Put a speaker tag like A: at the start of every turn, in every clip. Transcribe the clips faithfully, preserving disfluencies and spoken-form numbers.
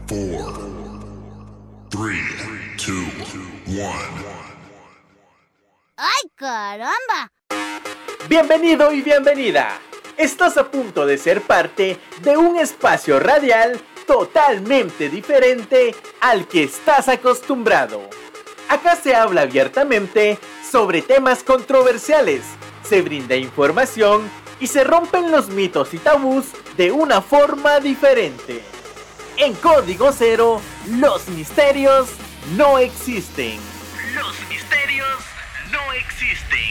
A: four, three, two, one.
B: ¡Ay, caramba!
C: Bienvenido y bienvenida. Estás a punto de ser parte de un espacio radial totalmente diferente al que estás acostumbrado. Acá se habla abiertamente sobre temas controversiales, se brinda información y se rompen los mitos y tabús de una forma diferente. En Código Cero, los misterios no existen. Los misterios no existen.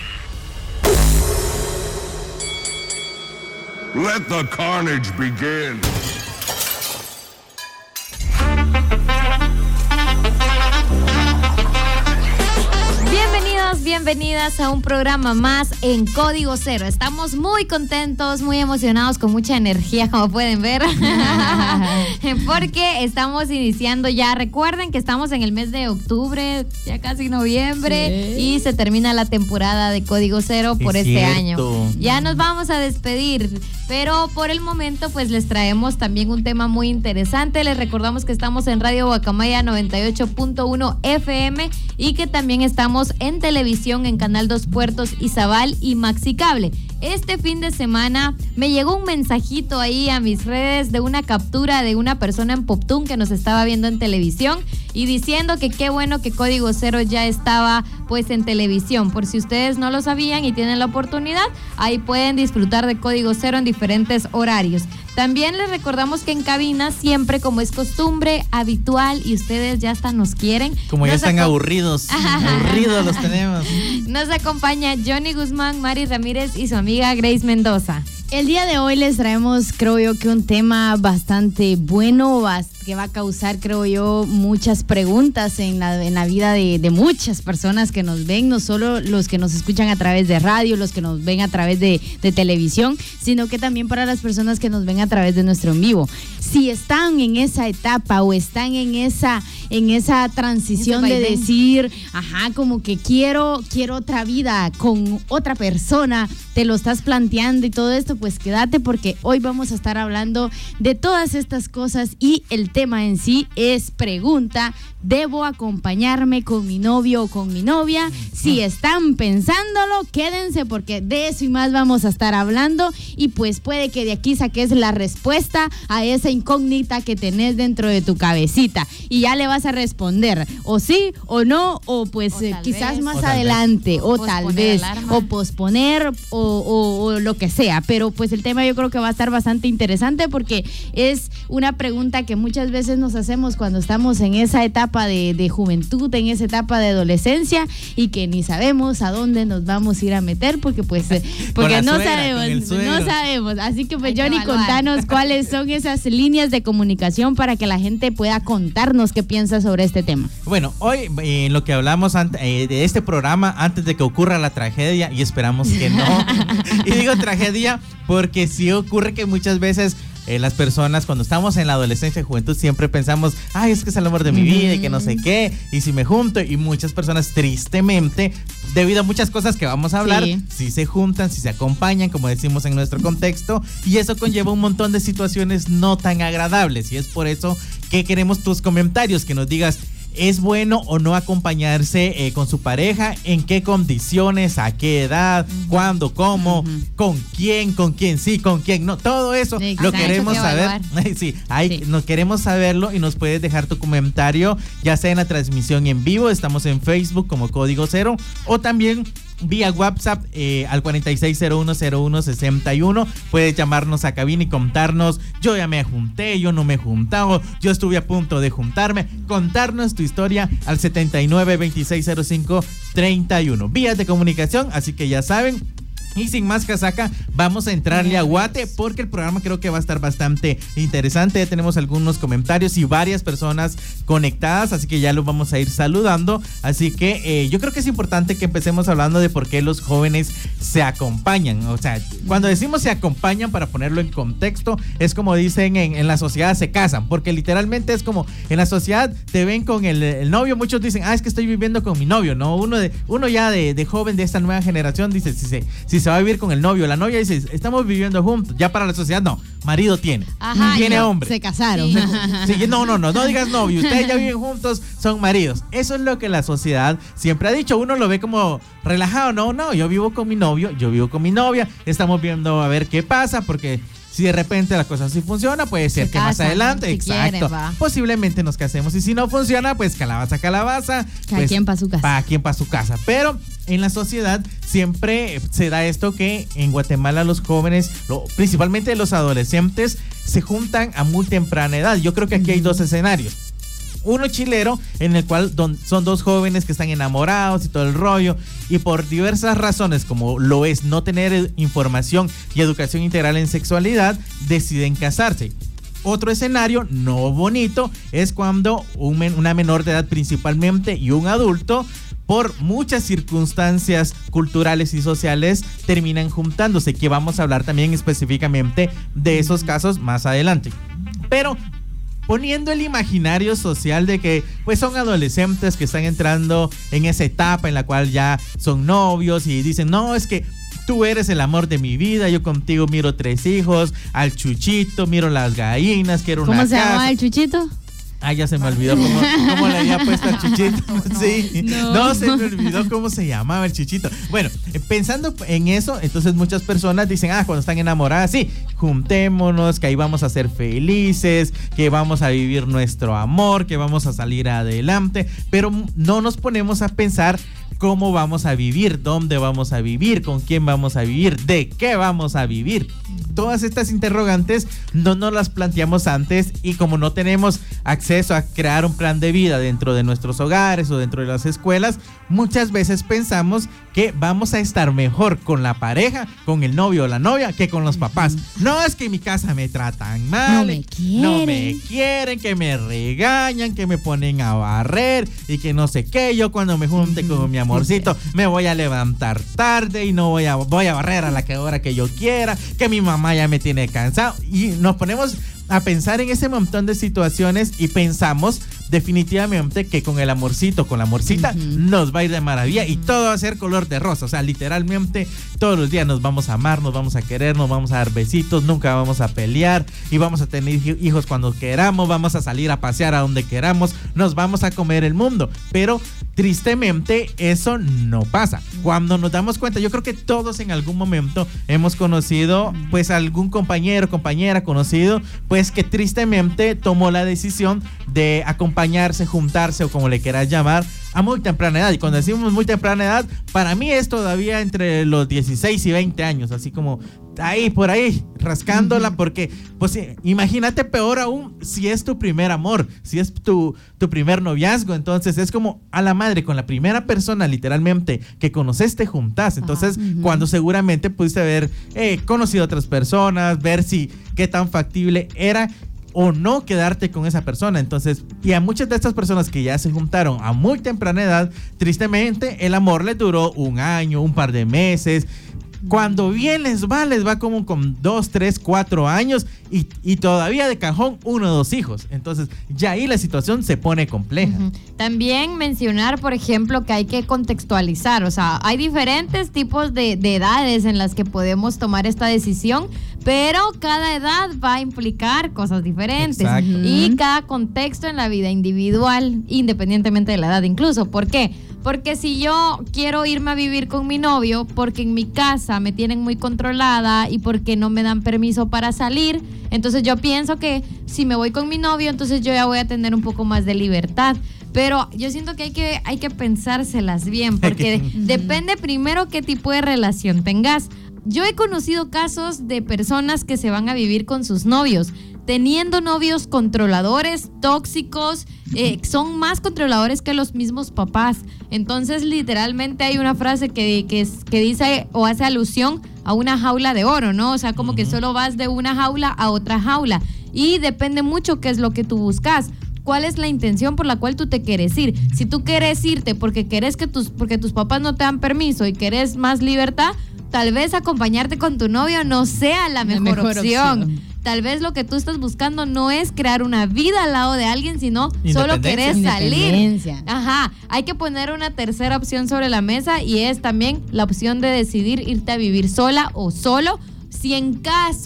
A: Let the carnage begin.
D: Bienvenidos, bienvenidas a un programa más en Código Cero. Estamos muy contentos, muy emocionados, con mucha energía, como pueden ver, porque estamos iniciando ya. Recuerden que estamos en el mes de octubre, ya casi noviembre, sí. Y se termina la temporada de Código Cero por
E: es
D: este
E: cierto.
D: año. Ya nos vamos a despedir, pero por el momento pues les traemos también un tema muy interesante. Les recordamos que estamos en Radio Guacamaya noventa y ocho punto uno F M y que también estamos en televisión en Canal dos Puertos, Izabal y Maxicable. Este fin de semana me llegó un mensajito ahí a mis redes de una captura de una persona en Poptún que nos estaba viendo en televisión y diciendo que qué bueno que Código Cero ya estaba pues en televisión. Por si ustedes no lo sabían y tienen la oportunidad, ahí pueden disfrutar de Código Cero en diferentes horarios. También les recordamos que en cabina, siempre como es costumbre, habitual, y ustedes ya hasta nos quieren.
E: Como ya
D: nos
E: están
D: aco-
E: aburridos, aburridos los tenemos.
D: Nos acompaña Johnny Guzmán, Mari Ramírez y su amiga Grace Mendoza.
F: El día de hoy les traemos, creo yo, que un tema bastante bueno, que va a causar, creo yo, muchas preguntas en la, en la vida de, de muchas personas que nos ven, no solo los que nos escuchan a través de radio, los que nos ven a través de, de televisión, sino que también para las personas que nos ven a través de nuestro en vivo. Si están en esa etapa o están en esa, en esa transición de decir, ajá, como que quiero, quiero otra vida con otra persona, te lo estás planteando y todo esto, pues quédate porque hoy vamos a estar hablando de todas estas cosas y el tema en sí es pregunta, ¿debo acompañarme con mi novio o con mi novia? Si están pensándolo, quédense porque de eso y más vamos a estar hablando y pues puede que de aquí saques la respuesta a esa incógnita que tenés dentro de tu cabecita y ya le vas a responder o sí o no o pues o eh, quizás vez, más adelante o, o tal vez alarma. o posponer o, o, o lo que sea, pero pues el tema yo creo que va a estar bastante interesante porque es una pregunta que muchas veces nos hacemos cuando estamos en esa etapa de, de juventud, en esa etapa de adolescencia y que ni sabemos a dónde nos vamos a ir a meter porque pues porque no suegra, sabemos, no sabemos, así que pues Johnny, contanos cuáles son esas líneas de comunicación para que la gente pueda contarnos qué piensa sobre este tema.
E: Bueno, hoy en eh, lo que hablamos ante, eh, de este programa antes de que ocurra la tragedia y esperamos que no, y digo tragedia porque sí ocurre que muchas veces Eh, las personas cuando estamos en la adolescencia y juventud siempre pensamos, ay, es que es el amor de mi vida y que no sé qué, y si me junto, y muchas personas tristemente, debido a muchas cosas que vamos a hablar, sí, sí se juntan, sí se acompañan, como decimos en nuestro contexto, y eso conlleva un montón de situaciones no tan agradables, y es por eso que queremos tus comentarios, que nos digas, ¿es bueno o no acompañarse eh, con su pareja? ¿En qué condiciones? ¿A qué edad? Uh-huh. ¿Cuándo? ¿Cómo? Uh-huh. ¿Con quién? ¿Con quién sí? ¿Con quién no? Todo eso sí, lo queremos que saber. sí, ahí sí. Nos queremos saberlo y nos puedes dejar tu comentario, ya sea en la transmisión en vivo, estamos en Facebook como Código Cero, o también vía WhatsApp eh, al cuarenta y seis cero uno cero uno sesenta y uno. Puedes llamarnos a cabina y contarnos, yo ya me junté, yo no me he juntado, yo estuve a punto de juntarme, contarnos tu historia al setenta y nueve veintiséis cero cinco treinta y uno. Vías de comunicación, así que ya saben. Y sin más casaca, vamos a entrarle a guate porque el programa creo que va a estar bastante interesante. Ya tenemos algunos comentarios y varias personas conectadas, así que ya los vamos a ir saludando. Así que eh, yo creo que es importante que empecemos hablando de por qué los jóvenes se acompañan. O sea, cuando decimos se acompañan, para ponerlo en contexto, es como dicen en, en la sociedad se casan, porque literalmente es como en la sociedad te ven con el, el novio. Muchos dicen, ah, es que estoy viviendo con mi novio, ¿no? Uno, de, uno ya de, de joven de esta nueva generación dice, si se, si se va a vivir con el novio, la novia dice, estamos viviendo juntos. Ya para la sociedad no, marido tiene.
D: Ajá,
E: tiene
D: no,
E: hombre.
F: Se casaron.
D: Sí.
E: Sí, no, no, no, no digas novio. Ustedes ya viven juntos, son maridos. Eso es lo que la sociedad siempre ha dicho. Uno lo ve como relajado. No, no, yo vivo con mi novio, yo vivo con mi novia. Estamos viendo a ver qué pasa, porque si de repente la cosa sí funciona, puede ser
F: Se
E: que más
F: casan,
E: adelante,
F: si
E: exacto,
F: quieren, va.
E: posiblemente nos casemos. Y si no funciona, pues calabaza, calabaza.
F: Cada
E: pues,
F: quien pa' su casa.
E: Cada quien para su casa. Pero en la sociedad siempre se da esto que en Guatemala los jóvenes, lo, principalmente los adolescentes, se juntan a muy temprana edad. Yo creo que aquí hay dos escenarios. Uno chilero, en el cual don, son dos jóvenes que están enamorados y todo el rollo, y por diversas razones, como lo es no tener información y educación integral en sexualidad, deciden casarse. Otro escenario no bonito es cuando un men, una menor de edad principalmente y un adulto, por muchas circunstancias culturales y sociales, terminan juntándose, que vamos a hablar también específicamente de esos casos más adelante. Pero poniendo el imaginario social de que pues son adolescentes que están entrando en esa etapa en la cual ya son novios y dicen, no, es que tú eres el amor de mi vida, yo contigo miro tres hijos, al Chuchito, miro las gallinas, quiero una
F: ¿Cómo
E: casa.
F: se llama el Chuchito?
E: Ah, ya se me olvidó cómo, cómo le había puesto al Chuchito. Sí, no. no, se me olvidó cómo se llamaba el Chuchito. Bueno, pensando en eso, entonces muchas personas dicen, ah, cuando están enamoradas, sí, juntémonos, que ahí vamos a ser felices, que vamos a vivir nuestro amor, que vamos a salir adelante, pero no nos ponemos a pensar cómo vamos a vivir, dónde vamos a vivir, con quién vamos a vivir, de qué vamos a vivir. Todas estas interrogantes no nos las planteamos antes, y como no tenemos acceso a crear un plan de vida dentro de nuestros hogares o dentro de las escuelas, muchas veces pensamos que vamos a estar mejor con la pareja, con el novio o la novia, que con los papás. No, es que en mi casa me tratan mal,
F: no me quieren,
E: no me quieren, que me regañan, que me ponen a barrer y que no sé qué. Yo cuando me junte mm-hmm. con mi amorcito me voy a levantar tarde y no voy a, voy a barrer a la hora que yo quiera, que mi mamá ya me tiene cansado, y nos ponemos a pensar en ese montón de situaciones y pensamos definitivamente que con el amorcito, con la amorcita, uh-huh. nos va a ir de maravilla, uh-huh. y todo va a ser color de rosa. O sea, literalmente todos los días nos vamos a amar, nos vamos a querer, nos vamos a dar besitos, nunca vamos a pelear y vamos a tener hijos cuando queramos, vamos a salir a pasear a donde queramos, nos vamos a comer el mundo. Pero tristemente eso no pasa. Cuando nos damos cuenta, yo creo que todos en algún momento hemos conocido pues algún compañero, compañera, conocido, pues que tristemente tomó la decisión de acompañarse, juntarse o como le quieras llamar, a muy temprana edad. Y cuando decimos muy temprana edad, para mí es todavía entre los dieciséis y veinte años, así como ahí por ahí rascándola, porque pues imagínate, peor aún si es tu primer amor, si es tu, tu primer noviazgo. Entonces es como a la madre, con la primera persona literalmente que conoces te juntás. Entonces uh-huh. cuando seguramente pudiste haber eh, conocido a otras personas, ver si qué tan factible era o no quedarte con esa persona. Entonces, y a muchas de estas personas que ya se juntaron a muy temprana edad, tristemente el amor les duró un año, un par de meses. Cuando bien les va, les va como con dos, tres, cuatro años y, y todavía de cajón uno o dos hijos. Entonces ya ahí la situación se pone compleja.
D: Uh-huh. También mencionar, por ejemplo, que hay que contextualizar. O sea, hay diferentes tipos de, de edades en las que podemos tomar esta decisión, pero cada edad va a implicar cosas diferentes.
E: Exacto.
D: Y cada contexto en la vida individual, independientemente de la edad incluso. ¿Por qué? Porque si yo quiero irme a vivir con mi novio porque en mi casa me tienen muy controlada y porque no me dan permiso para salir, entonces yo pienso que si me voy con mi novio, entonces yo ya voy a tener un poco más de libertad. Pero yo siento que hay que, hay que pensárselas bien, porque depende primero qué tipo de relación tengas. Yo he conocido casos de personas que se van a vivir con sus novios, teniendo novios controladores, tóxicos, eh, son más controladores que los mismos papás. Entonces, literalmente hay una frase que, que, que dice o hace alusión a una jaula de oro, ¿no? O sea, como uh-huh. que solo vas de una jaula a otra jaula. Y depende mucho qué es lo que tú buscas. ¿Cuál es la intención por la cual tú te quieres ir? Si tú quieres irte porque querés que tus, porque tus papás no te dan permiso y querés más libertad, tal vez acompañarte con tu novio no sea la mejor, la mejor opción. opción. Tal vez lo que tú estás buscando no es crear una vida al lado de alguien, sino solo querés salir. Ajá, hay que poner una tercera opción sobre la mesa, y es también la opción de decidir irte a vivir sola o solo, si en caso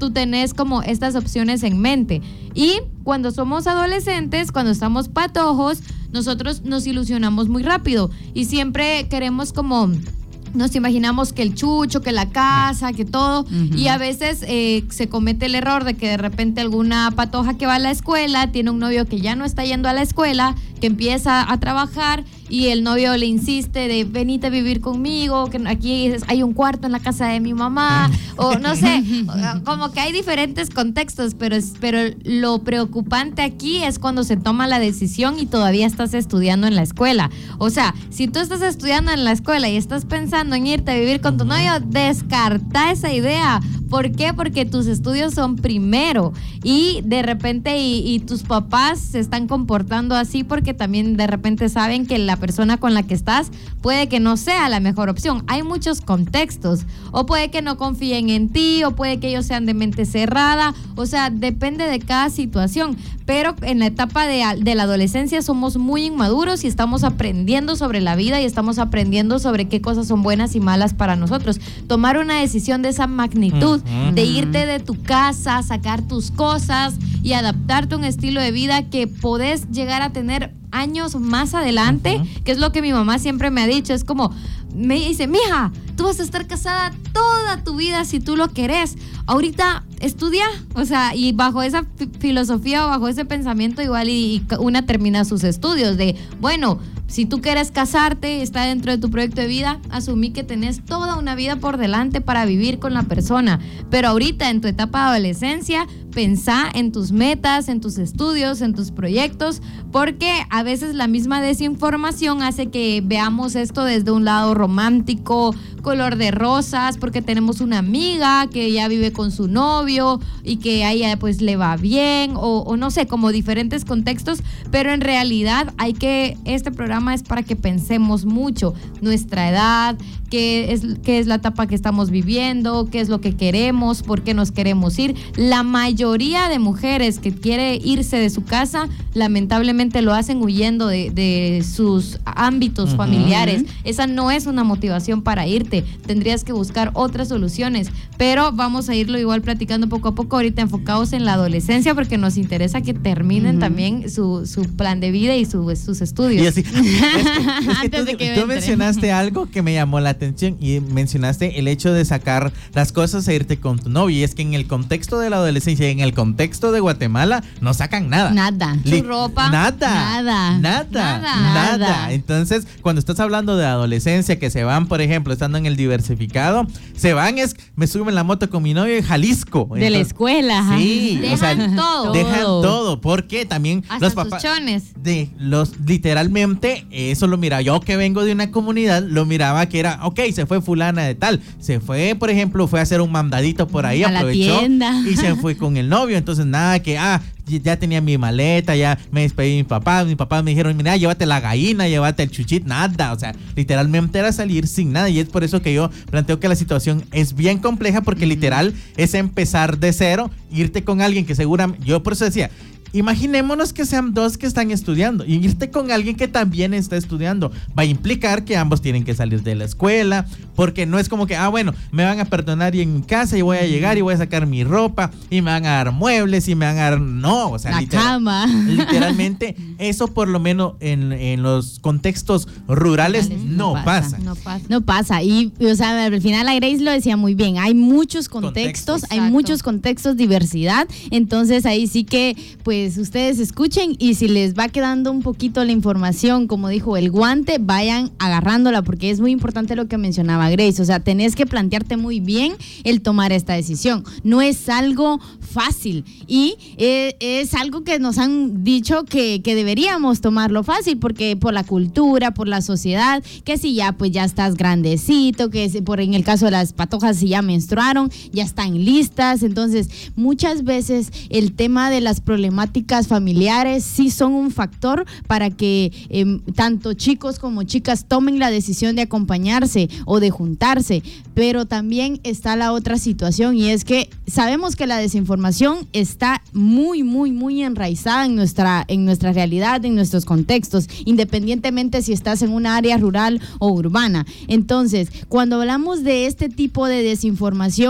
D: tú tenés como estas opciones en mente. Y cuando somos adolescentes, cuando estamos patojos, nosotros nos ilusionamos muy rápido y siempre queremos como... Nos imaginamos que el chucho, que la casa, que todo, uh-huh. y a veces eh, se comete el error de que de repente alguna patoja que va a la escuela tiene un novio que ya no está yendo a la escuela, que empieza a trabajar y el novio le insiste de venite a vivir conmigo, que aquí hay un cuarto en la casa de mi mamá, o no sé, como que hay diferentes contextos, pero, pero lo preocupante aquí es cuando se toma la decisión y todavía estás estudiando en la escuela. O sea, si tú estás estudiando en la escuela y estás pensando en irte a vivir con tu novio, descarta esa idea. ¿Por qué? Porque tus estudios son primero y de repente y, y tus papás se están comportando así porque también de repente saben que la persona con la que estás puede que no sea la mejor opción. Hay muchos contextos, o puede que no confíen en ti, o puede que ellos sean de mente cerrada, o sea, depende de cada situación. Pero en la etapa de, de la adolescencia somos muy inmaduros y estamos aprendiendo sobre la vida y estamos aprendiendo sobre qué cosas son buenas y malas para nosotros. Tomar una decisión de esa magnitud, uh-huh. de irte de tu casa, sacar tus cosas y adaptarte a un estilo de vida que podés llegar a tener años más adelante, uh-huh. que es lo que mi mamá siempre me ha dicho, es como, me dice, mija, tú vas a estar casada toda tu vida si tú lo querés, ahorita estudia, o sea, y bajo esa f- filosofía o bajo ese pensamiento igual y, y una termina sus estudios de, bueno, si tú quieres casarte, está dentro de tu proyecto de vida, asumí que tenés toda una vida por delante para vivir con la persona, pero ahorita en tu etapa de adolescencia, pensá en tus metas, en tus estudios, en tus proyectos, porque a veces la misma desinformación hace que veamos esto desde un lado romántico, color de rosas, porque tenemos una amiga que ya vive con su novio y que a ella pues le va bien, o, o no sé, como diferentes contextos, pero en realidad hay que, este programa es para que pensemos mucho nuestra edad, qué es, qué es la etapa que estamos viviendo, qué es lo que queremos, por qué nos queremos ir. La mayoría de mujeres que quiere irse de su casa, lamentablemente lo hacen huyendo de, de sus ámbitos uh-huh. familiares. Esa no es una motivación para irte, tendrías que buscar otras soluciones, pero vamos a irlo igual platicando poco a poco, ahorita enfocados en la adolescencia, porque nos interesa que terminen uh-huh. también su, su plan de vida y su, sus estudios.
E: Y así, es que, es que tú, que tú mencionaste algo que me llamó la atención y mencionaste el hecho de sacar las cosas e irte con tu novio, y es que en el contexto de la adolescencia y en el contexto de Guatemala no sacan nada.
F: Nada.
E: Li-
D: tu ropa.
E: Nada.
F: Nada.
E: Nada.
F: Nada.
E: Nada. Entonces, cuando estás hablando de adolescencia, que se van, por ejemplo, estando en el diversificado, se van, es, me subo en la moto con mi novio en Jalisco.
F: De Entonces, la escuela.
E: Sí.
D: Dejan
E: o sea,
D: todo.
E: Dejan todo. Porque también
D: hasta
E: los
D: sus
E: papás.
D: chones.
E: De los, literalmente, eso lo mira. Yo que vengo de una comunidad, lo miraba que era, ok, se fue fulana de tal. Se fue, por ejemplo, fue a hacer un mandadito por ahí,
F: a
E: aprovechó
F: la tienda.
E: Y se fue con el novio. Entonces, nada que, ah, ya tenía mi maleta, ya me despedí de mi papá, mis papás me dijeron, mira, llévate la gallina, llévate el chuchit, nada, o sea, literalmente era salir sin nada, y es por eso que yo planteo que la situación es bien compleja, porque mm. literal es empezar de cero, irte con alguien que seguramente, yo por eso decía, imaginémonos que sean dos que están estudiando y irte con alguien que también está estudiando. Va a implicar que ambos tienen que salir de la escuela, porque no es como que, ah, bueno, me van a perdonar y en mi casa y voy a llegar y voy a sacar mi ropa y me van a dar muebles y me van a dar... No, o sea,
F: la
E: literal,
F: cama.
E: Literalmente, eso por lo menos en, en los contextos rurales no, no pasa.
F: pasa. No pasa. No pasa. Y, o sea, al final la Grace lo decía muy bien. Hay muchos contextos, contextos. hay Exacto. muchos contextos, diversidad. Entonces ahí sí que, pues, ustedes escuchen, y si les va quedando un poquito la información, como dijo el guante, vayan agarrándola, porque es muy importante lo que mencionaba Grace. O sea, tenés que plantearte muy bien el tomar esta decisión. No es algo fácil, y eh, es algo que nos han dicho que, que deberíamos tomarlo fácil, porque por la cultura, por la sociedad, que si ya pues ya estás grandecito, que si, por en el caso de las patojas, si ya menstruaron, ya están listas. Entonces, muchas veces el tema de las problemáticas familiares sí son un factor para que eh, tanto chicos como chicas tomen la decisión de acompañarse o de juntarse, pero también está la otra situación, y es que sabemos que la desinformación está muy, muy, muy enraizada en nuestra, en nuestra realidad, en nuestros contextos, independientemente si estás en una área rural o urbana. Entonces, cuando hablamos de este tipo de desinformación,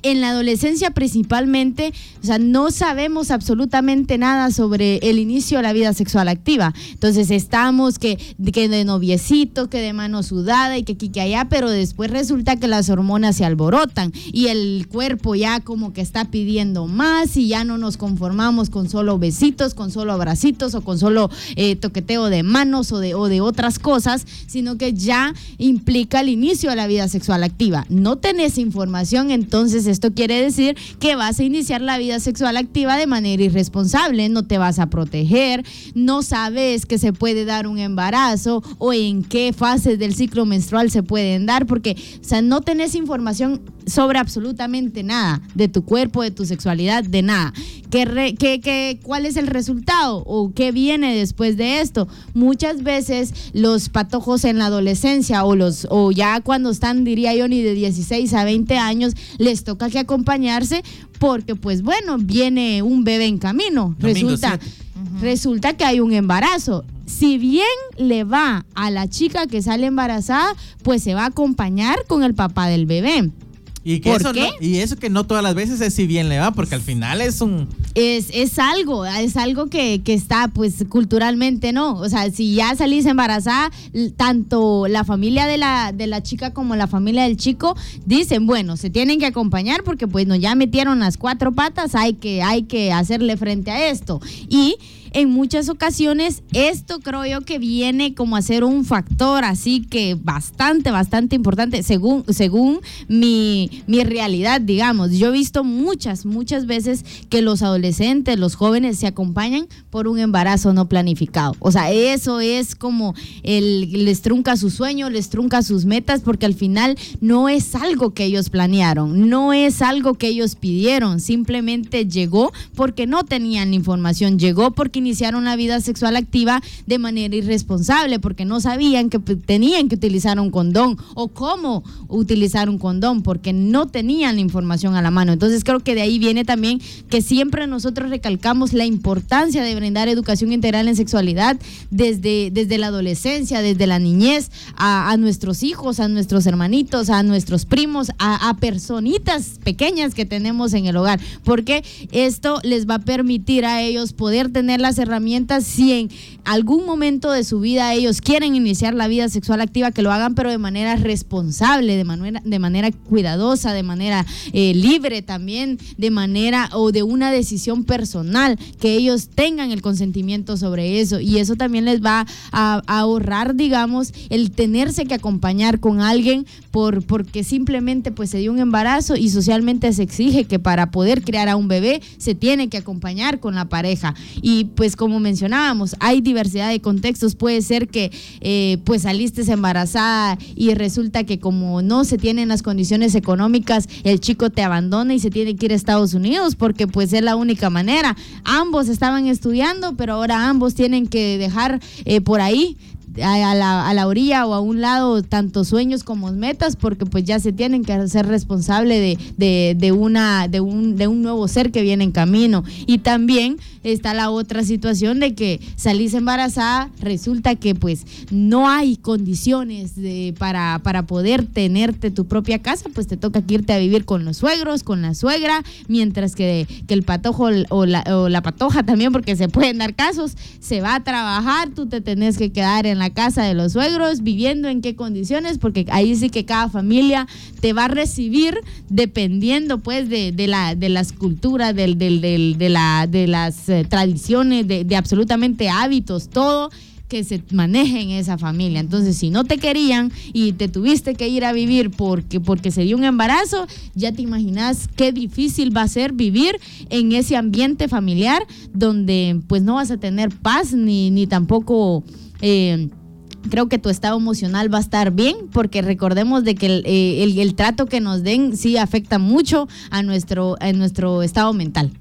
F: en la adolescencia principalmente, o sea, no sabemos absolutamente nada sobre el inicio de la vida sexual activa. Entonces estamos que, que de noviecito, que de mano sudada y que aquí, que allá, pero después resulta que las hormonas se alborotan y el cuerpo ya como que está pidiendo más y ya no nos conformamos con solo besitos, con solo abracitos o con solo eh, toqueteo de manos o de, o de otras cosas, sino que ya implica el inicio de la vida sexual activa. No tenés información, entonces esto quiere decir que vas a iniciar la vida sexual activa de manera irresponsable, no te vas a proteger, no sabes que se puede dar un embarazo o en qué fases del ciclo menstrual se pueden dar, porque, o sea, no tenés información sobre absolutamente nada de tu cuerpo, de tu sexualidad, de nada. ¿Qué, re, qué, qué, ¿Cuál es el resultado o qué viene después de esto? Muchas veces los patojos en la adolescencia o los o ya cuando están, diría yo, ni de dieciséis a veinte años, les toca que acompañarse porque, pues bueno, viene un bebé en camino.
E: Domingo
F: Resulta, uh-huh. resulta que hay un embarazo. Si bien le va a la chica que sale embarazada, pues se va a acompañar con el papá del bebé.
E: Y que
F: ¿Por
E: eso
F: qué?
E: No, y eso que no todas las veces es si bien le va, porque al final es un...
F: Es, es algo, es algo que, que está pues culturalmente, ¿no? O sea, si ya salís embarazada, tanto la familia de la, de la chica como la familia del chico dicen, bueno, se tienen que acompañar porque pues nos ya metieron las cuatro patas, hay que, hay que hacerle frente a esto. Y en muchas ocasiones esto creo yo que viene como a ser un factor así que bastante, bastante importante según, según mi, mi realidad, digamos. Yo he visto muchas, muchas veces que los adolescentes, los jóvenes se acompañan por un embarazo no planificado. O sea, eso es como el, les trunca su sueño, les trunca sus metas, porque al final no es algo que ellos planearon, no es algo que ellos pidieron, simplemente llegó porque no tenían información, llegó porque iniciaron la vida sexual activa de manera irresponsable, porque no sabían que tenían que utilizar un condón o cómo utilizar un condón, porque no tenían la información a la mano. Entonces creo que de ahí viene también que siempre nosotros recalcamos la importancia de brindar educación integral en sexualidad desde, desde la adolescencia, desde la niñez, a, a nuestros hijos, a nuestros hermanitos, a nuestros primos, a, a personitas pequeñas que tenemos en el hogar, porque esto les va a permitir a ellos poder tener las herramientas si en algún momento de su vida ellos quieren iniciar la vida sexual activa, que lo hagan pero de manera responsable, de manera, de manera cuidadosa, de manera eh, libre también, de manera o de una decisión personal, que ellos tengan el consentimiento sobre eso, y eso también les va a, a ahorrar, digamos, el tenerse que acompañar con alguien por porque simplemente pues se dio un embarazo y socialmente se exige que para poder criar a un bebé se tiene que acompañar con la pareja. Y pues como mencionábamos, hay diversidad de contextos. Puede ser que eh, pues saliste embarazada y resulta que como no se tienen las condiciones económicas, el chico te abandona y se tiene que ir a Estados Unidos porque pues es la única manera. Ambos estaban estudiando, pero ahora ambos tienen que dejar eh, por ahí A la, a la orilla o a un lado tanto sueños como metas, porque pues ya se tienen que ser responsable de, de, de una de un, de un nuevo ser que viene en camino. Y también está la otra situación de que salís embarazada, resulta que pues no hay condiciones de, para, para poder tenerte tu propia casa, pues te toca que irte a vivir con los suegros, con la suegra, mientras que, que el patojo o la, o la patoja también, porque se pueden dar casos, se va a trabajar, tú te tenés que quedar en la casa de los suegros, viviendo en qué condiciones, porque ahí sí que cada familia te va a recibir dependiendo pues de, de la de las culturas, del, del, del, de, la, de las eh, tradiciones, de, de absolutamente hábitos, todo que se maneje en esa familia. Entonces, si no te querían y te tuviste que ir a vivir porque, porque se dio un embarazo, ya te imaginas qué difícil va a ser vivir en ese ambiente familiar donde pues no vas a tener paz ni, ni tampoco... Eh, creo que tu estado emocional va a estar bien, porque recordemos de que el, el, el trato que nos den sí afecta mucho a nuestro, a nuestro estado mental.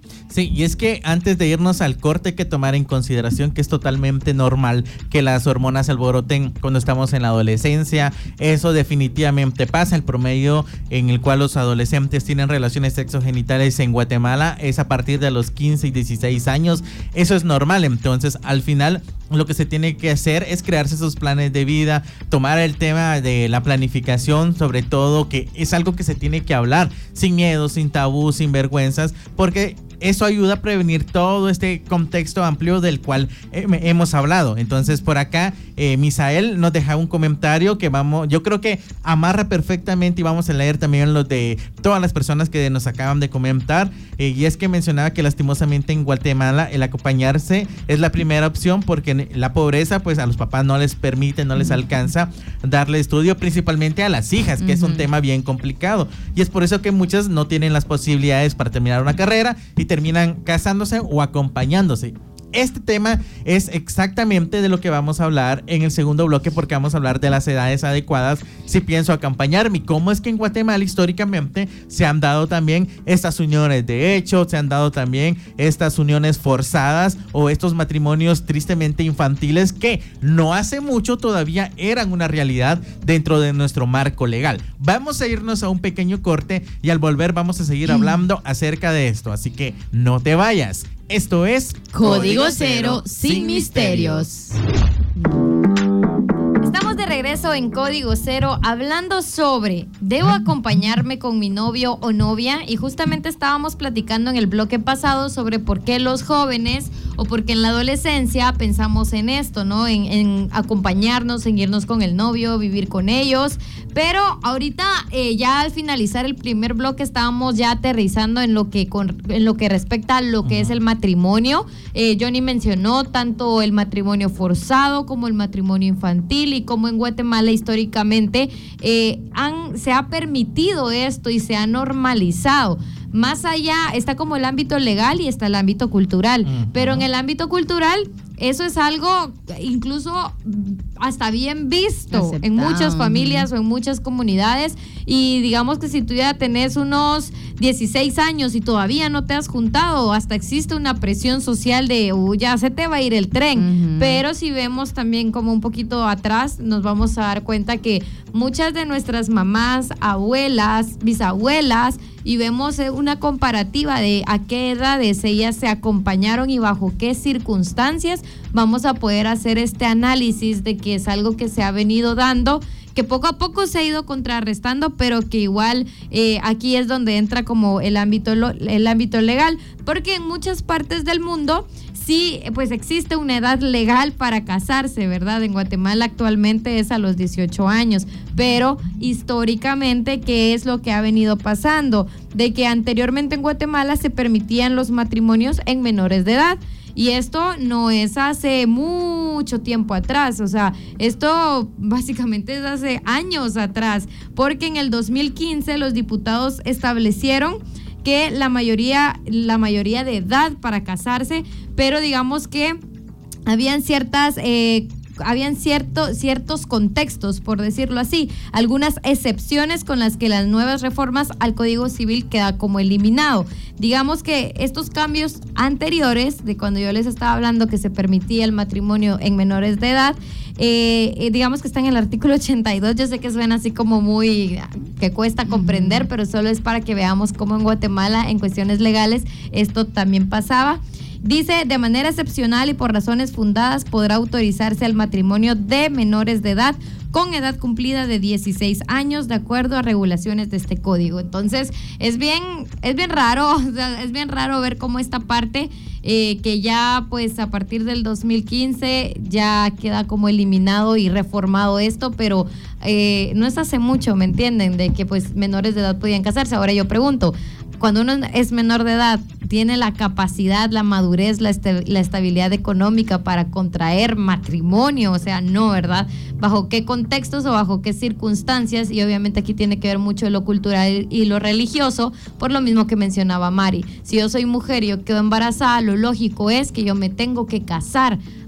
E: Sí, y es que antes de irnos al corte hay que tomar en consideración que es totalmente normal que las hormonas se alboroten cuando estamos en la adolescencia. Eso definitivamente pasa. El promedio en el cual los adolescentes tienen relaciones sexogenitales en Guatemala es a partir de los quince y dieciséis años. Eso es normal. Entonces, al final, lo que se tiene que hacer es crearse esos planes de vida, tomar el tema de la planificación, sobre todo, que es algo que se tiene que hablar sin miedo, sin tabú, sin vergüenzas, porque eso ayuda a prevenir todo este contexto amplio del cual eh, hemos hablado. Entonces, por acá, eh, Misael nos deja un comentario que vamos, yo creo que amarra perfectamente, y vamos a leer también los de todas las personas que nos acaban de comentar. Eh, y es que mencionaba que lastimosamente en Guatemala el acompañarse es la primera opción, porque la pobreza, pues a los papás no les permite, no les alcanza darle estudio, principalmente a las hijas, que uh-huh. es un tema bien complicado. Y es por eso que muchas no tienen las posibilidades para terminar una carrera y terminan casándose o acompañándose. Este tema es exactamente de lo que vamos a hablar en el segundo bloque, porque vamos a hablar de las edades adecuadas si pienso acompañarme, y cómo es que en Guatemala históricamente se han dado también estas uniones de hecho, se han dado también estas uniones forzadas o estos matrimonios tristemente infantiles que no hace mucho todavía eran una realidad dentro de nuestro marco legal. Vamos a irnos a un pequeño corte y al volver vamos a seguir hablando acerca de esto, así que no te vayas. Esto es
F: Código Cero sin, sin misterios.
D: Estamos de regreso en Código Cero hablando sobre ¿debo acompañarme con mi novio o novia? Y justamente estábamos platicando en el bloque pasado sobre por qué los jóvenes o por qué en la adolescencia pensamos en esto, ¿no? En, en acompañarnos, en irnos con el novio, vivir con ellos. Pero ahorita eh, ya al finalizar el primer bloque estábamos ya aterrizando en lo que, con, en lo que respecta a lo que uh-huh. es el matrimonio. Eh, Johnny mencionó tanto el matrimonio forzado como el matrimonio infantil, y como en Guatemala históricamente eh, han, se ha permitido esto y se ha normalizado. Más allá está como el ámbito legal y está el ámbito cultural, uh-huh. pero en el ámbito cultural eso es algo incluso hasta bien visto aceptado en muchas familias o en muchas comunidades. Y digamos que si tú ya tenés unos dieciséis años y todavía no te has juntado, hasta existe una presión social de uh, ya se te va a ir el tren. Uh-huh. Pero si vemos también como un poquito atrás, nos vamos a dar cuenta que muchas de nuestras mamás, abuelas, bisabuelas, y vemos una comparativa de a qué edades ellas se acompañaron y bajo qué circunstancias, vamos a poder hacer este análisis de que es algo que se ha venido dando, que poco a poco se ha ido contrarrestando, pero que igual eh, aquí es donde entra como el ámbito, lo, el ámbito legal, porque en muchas partes del mundo sí, pues existe una edad legal para casarse, ¿verdad? En Guatemala actualmente es a los dieciocho años, pero históricamente, ¿qué es lo que ha venido pasando? De que anteriormente en Guatemala se permitían los matrimonios en menores de edad. Y esto no es hace mucho tiempo atrás, o sea, esto básicamente es hace años atrás, porque en el dos mil quince los diputados establecieron que la mayoría, la mayoría de edad para casarse, pero digamos que habían ciertas... Eh, habían cierto, ciertos contextos, por decirlo así, algunas excepciones con las que las nuevas reformas al Código Civil queda como eliminado. Digamos que estos cambios anteriores, de cuando yo les estaba hablando que se permitía el matrimonio en menores de edad, eh, eh, digamos que está en el artículo ochenta y dos, yo sé que suena así como muy, que cuesta comprender, uh-huh. pero solo es para que veamos cómo en Guatemala, en cuestiones legales, esto también pasaba. Dice, de manera excepcional y por razones fundadas podrá autorizarse el matrimonio de menores de edad con edad cumplida de dieciséis años de acuerdo a regulaciones de este código. Entonces, es bien, es bien raro, o sea, es bien raro ver cómo esta parte eh, que ya pues a partir del dos mil quince ya queda como eliminado y reformado esto, pero eh, no es hace mucho, ¿me entienden? De que pues menores de edad podían casarse. Ahora yo pregunto, cuando uno es menor de edad, tiene la capacidad, la madurez, la, est- la estabilidad económica para contraer matrimonio, o sea, no, ¿verdad? ¿Bajo qué contextos o bajo qué circunstancias? Y obviamente aquí tiene que ver mucho lo cultural y lo religioso, por lo mismo que mencionaba Mari. Si yo soy mujer y yo quedo embarazada, lo lógico es que yo me tengo que casar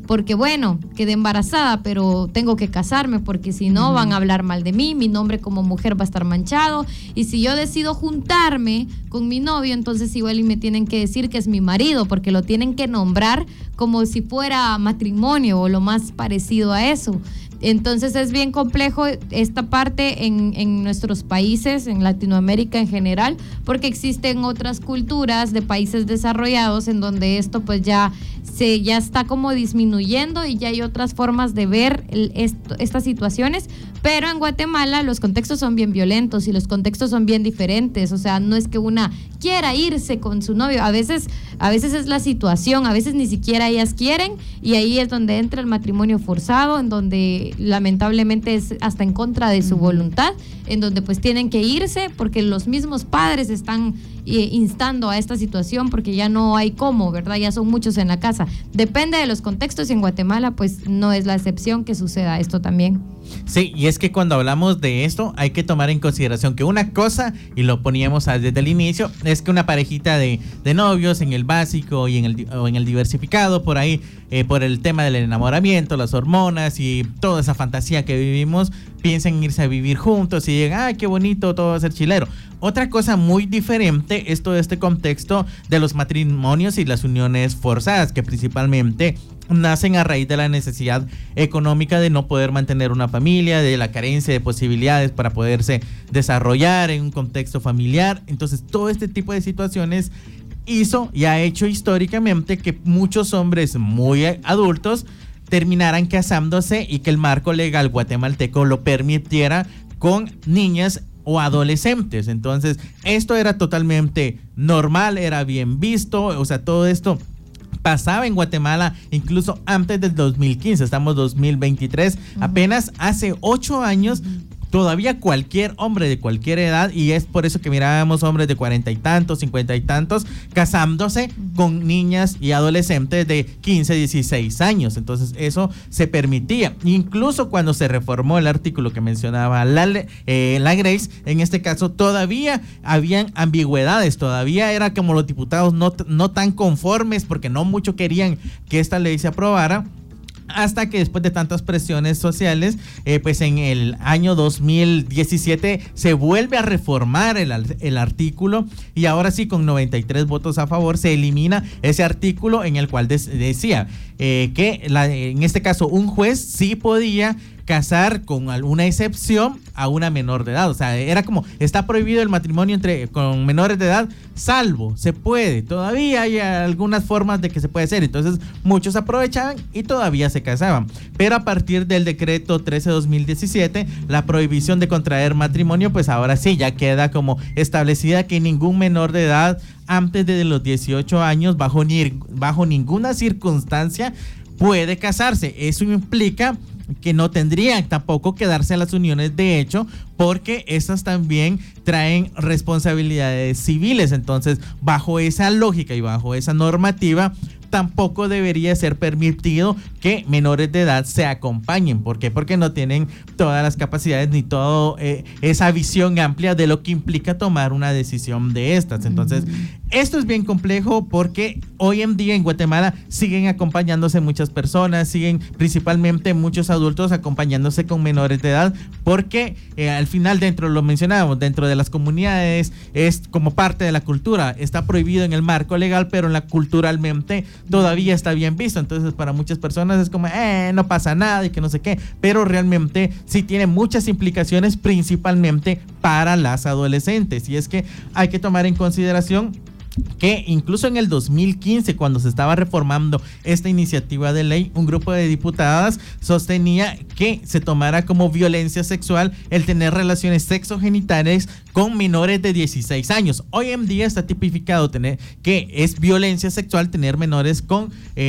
D: porque bueno, quedé embarazada, pero tengo que casarme porque si no van a hablar mal de mí, mi nombre como mujer va a estar manchado, y si yo decido juntarme con mi novio, entonces igual y me tienen que decir que es mi marido, porque lo tienen que nombrar como si fuera matrimonio o lo más parecido a eso. Entonces es bien complejo esta parte en, en nuestros países, en Latinoamérica en general, porque existen otras culturas de países desarrollados en donde esto pues ya se ya está como disminuyendo y ya hay otras formas de ver el, esto, estas situaciones, pero en Guatemala los contextos son bien violentos y los contextos son bien diferentes, o sea, no es que una quiera irse con su novio, a veces, a veces es la situación, a veces ni siquiera ellas quieren, y ahí es donde entra el matrimonio forzado, en donde lamentablemente es hasta en contra de su voluntad, en donde pues tienen que irse porque los mismos padres están eh, instando a esta situación porque ya no hay cómo, ¿verdad? Ya son muchos en la casa. Depende de los contextos y en Guatemala pues no es la excepción que suceda esto también.
E: Sí, y es que cuando hablamos de esto hay que tomar en consideración que una cosa, y lo poníamos desde el inicio, es que una parejita de, de novios en el básico y en el, o en el diversificado, por ahí, eh, por el tema del enamoramiento, las hormonas y toda esa fantasía que vivimos, piensen en irse a vivir juntos y digan, ¡ay, qué bonito, todo va a ser chilero! Otra cosa muy diferente es todo este contexto de los matrimonios y las uniones forzadas, que principalmente nacen a raíz de la necesidad económica de no poder mantener una familia, de la carencia de posibilidades para poderse desarrollar en un contexto familiar. Entonces, todo este tipo de situaciones hizo y ha hecho históricamente que muchos hombres muy adultos terminaran casándose y que el marco legal guatemalteco lo permitiera con niñas o adolescentes. Entonces, esto era totalmente normal, era bien visto, o sea, todo esto pasaba en Guatemala incluso antes del dos mil quince, estamos dos mil veintitrés, uh-huh. Apenas hace ocho años, uh-huh. Todavía cualquier hombre de cualquier edad, y es por eso que mirábamos hombres de cuarenta y tantos, cincuenta y tantos, casándose uh-huh. con niñas y adolescentes de quince, dieciséis años. Entonces eso se permitía. Incluso cuando se reformó el artículo que mencionaba la, eh, la Grace, en este caso todavía habían ambigüedades, todavía era como los diputados no, no tan conformes porque no mucho querían que esta ley se aprobara. Hasta que después de tantas presiones sociales, eh, pues en el año dos mil diecisiete se vuelve a reformar el, el artículo, y ahora sí, con noventa y tres votos a favor, se elimina ese artículo en el cual de, decía eh, que la, en este caso un juez sí podía casar con alguna excepción a una menor de edad. O sea, era como, está prohibido el matrimonio entre con menores de edad, salvo, se puede, todavía hay algunas formas de que se puede hacer. Entonces muchos aprovechaban y todavía se casaban, pero a partir del decreto trece dos mil diecisiete, la prohibición de contraer matrimonio, pues ahora sí ya queda como establecida que ningún menor de edad antes de los dieciocho años bajo, ni, bajo ninguna circunstancia puede casarse. Eso implica que no tendrían tampoco que darse a las uniones de hecho, porque estas también traen responsabilidades civiles. Entonces, bajo esa lógica y bajo esa normativa, tampoco debería ser permitido que menores de edad se acompañen. ¿Por qué? Porque no tienen todas las capacidades ni toda eh, esa visión amplia de lo que implica tomar una decisión de estas. Entonces, esto es bien complejo porque hoy en día en Guatemala siguen acompañándose muchas personas, siguen principalmente muchos adultos acompañándose con menores de edad, porque eh, al final, dentro, lo mencionábamos, dentro de las comunidades es como parte de la cultura, está prohibido en el marco legal, pero en la culturalmente todavía está bien visto. Entonces para muchas personas es como, eh, no pasa nada y que no sé qué, pero realmente sí tiene muchas implicaciones, principalmente para las adolescentes. Y es que hay que tomar en consideración que incluso en el dos mil quince, cuando se estaba reformando esta iniciativa de ley, un grupo de diputadas sostenía que se tomara como violencia sexual el tener relaciones sexogenitales con menores de dieciséis años. Hoy en día está tipificado tener que es violencia sexual tener menores con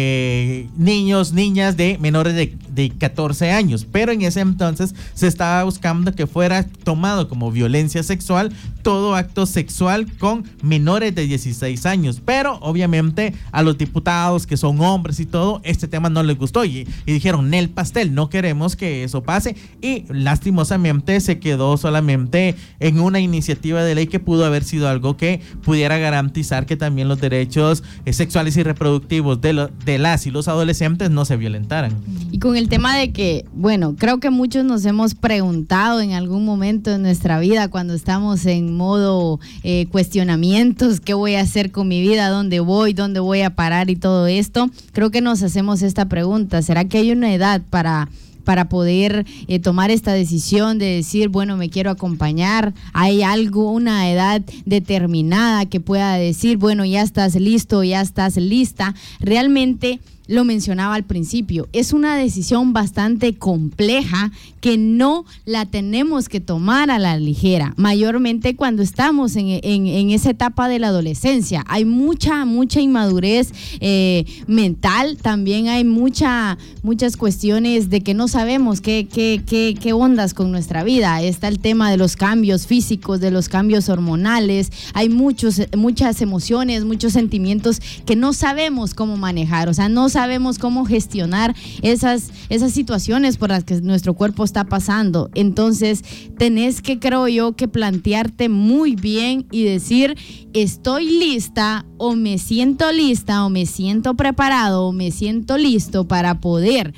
E: eh, niños, niñas de menores de, de catorce años, pero en ese entonces se estaba buscando que fuera tomado como violencia sexual todo acto sexual con menores de dieciséis dieciséis años, pero obviamente a los diputados que son hombres y todo, este tema no les gustó y, y dijeron, Nel pastel, no queremos que eso pase, y lastimosamente se quedó solamente en una iniciativa de ley que pudo haber sido algo que pudiera garantizar que también los derechos eh, sexuales y reproductivos de, lo, de las y los adolescentes no se violentaran.
F: Y con el tema de que, bueno, creo que muchos nos hemos preguntado en algún momento de nuestra vida cuando estamos en modo eh, cuestionamientos, ¿qué voy a hacer con mi vida? ¿Dónde voy? ¿Dónde voy a parar? Y todo esto, creo que nos hacemos esta pregunta, ¿será que hay una edad para... para poder eh, tomar esta decisión de decir, bueno, me quiero acompañar? ¿Hay algo, una edad determinada que pueda decir, bueno, ya estás listo, ya estás lista? Realmente, lo mencionaba al principio, es una decisión bastante compleja que no la tenemos que tomar a la ligera, mayormente cuando estamos en, en, en esa etapa de la adolescencia. Hay mucha, mucha inmadurez eh, mental, también hay mucha, muchas cuestiones de que no sabemos qué, qué, qué, qué ondas con nuestra vida. Está el tema de los cambios físicos, de los cambios hormonales, hay muchos, muchas emociones, muchos sentimientos que no sabemos cómo manejar, o sea, no sabemos cómo gestionar esas, esas situaciones por las que nuestro cuerpo está pasando. Entonces, tenés que, creo yo, que plantearte muy bien y decir, estoy lista o me siento lista o me siento preparado o me siento listo para poder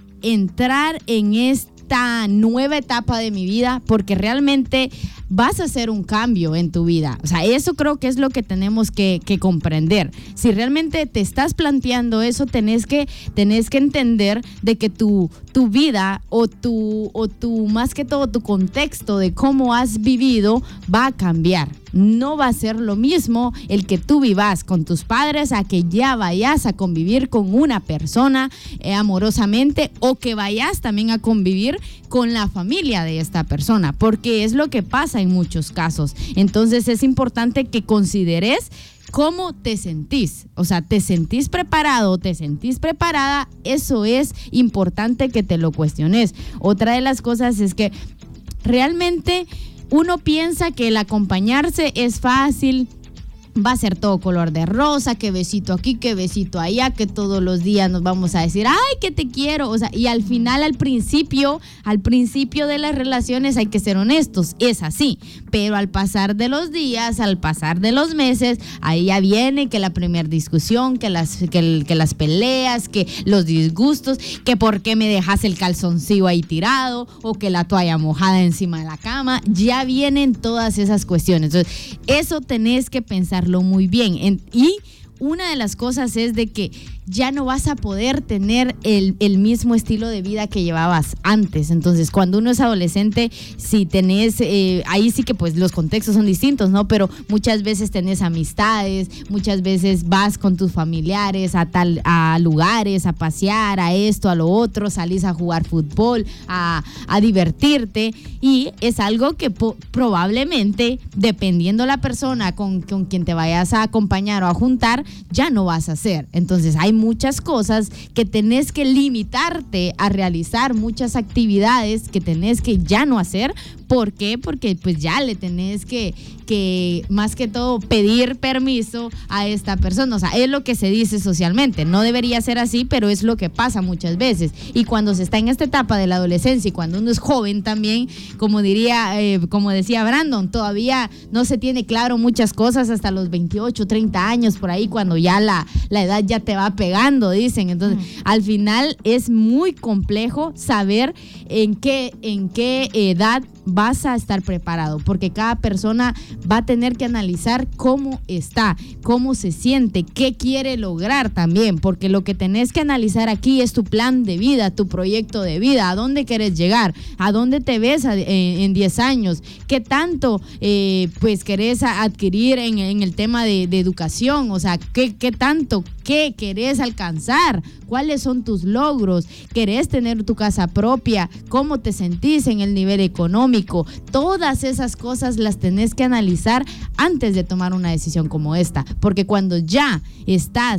F: entrar en esta nueva etapa de mi vida, porque realmente vas a hacer un cambio en tu vida. O sea, eso creo que es lo que tenemos que, que comprender. Si realmente te estás planteando eso, tenés que, tenés que entender de que tu, tu vida o tu, o tu, más que todo, tu contexto de cómo has vivido va a cambiar. No va a ser lo mismo el que tú vivas con tus padres a que ya vayas a convivir con una persona eh, amorosamente, o que vayas también a convivir con la familia de esta persona, porque es lo que pasa en muchos casos. Entonces es importante que consideres cómo te sentís, o sea, ¿te sentís preparado, te sentís preparada? Eso es importante que te lo cuestiones. Otra de las cosas es que realmente uno piensa que el acompañarse es fácil, va a ser todo color de rosa, que besito aquí, que besito allá, que todos los días nos vamos a decir, ay, que te quiero, o sea, y al final, al principio, al principio de las relaciones hay que ser honestos, es así, pero al pasar de los días, al pasar de los meses, ahí ya viene que la primera discusión, que las, que, el, que las peleas, que los disgustos, que por qué me dejas el calzoncillo ahí tirado, o que la toalla mojada encima de la cama, ya vienen todas esas cuestiones. Entonces, eso tenés que pensar muy bien. En, y una de las cosas es de que ya no vas a poder tener el, el mismo estilo de vida que llevabas antes. Entonces, cuando uno es adolescente, si tenés, eh, ahí sí que pues los contextos son distintos, ¿no? Pero muchas veces tenés amistades, muchas veces vas con tus familiares a tal, a lugares, a pasear, a esto, a lo otro, salís a jugar fútbol, a, a divertirte, y es algo que po- probablemente, dependiendo la persona con, con quien te vayas a acompañar o a juntar, ya no vas a hacer. Entonces, hay muchas cosas que tenés que limitarte a realizar, muchas actividades que tenés que ya no hacer. ¿Por qué? Porque pues ya le tenés que, que más que todo pedir permiso a esta persona. O sea, es lo que se dice socialmente. No debería ser así, pero es lo que pasa muchas veces. Y cuando se está en esta etapa de la adolescencia y cuando uno es joven también, como diría, eh, como decía Brandon, todavía no se tiene claro muchas cosas hasta los veintiocho, treinta años, por ahí, cuando ya la, la edad ya te va pegando, dicen. Entonces, mm. al final es muy complejo saber en qué, en qué edad vas a estar preparado, porque cada persona va a tener que analizar cómo está, cómo se siente, qué quiere lograr también, porque lo que tenés que analizar aquí es tu plan de vida, tu proyecto de vida, a dónde quieres llegar, a dónde te ves a, en, en diez años, qué tanto eh, pues querés adquirir en, en el tema de, de educación, o sea, qué, qué tanto, qué querés alcanzar, cuáles son tus logros, querés tener tu casa propia, cómo te sentís en el nivel económico. Todas esas cosas las tenés que analizar antes de tomar una decisión como esta, porque cuando ya estás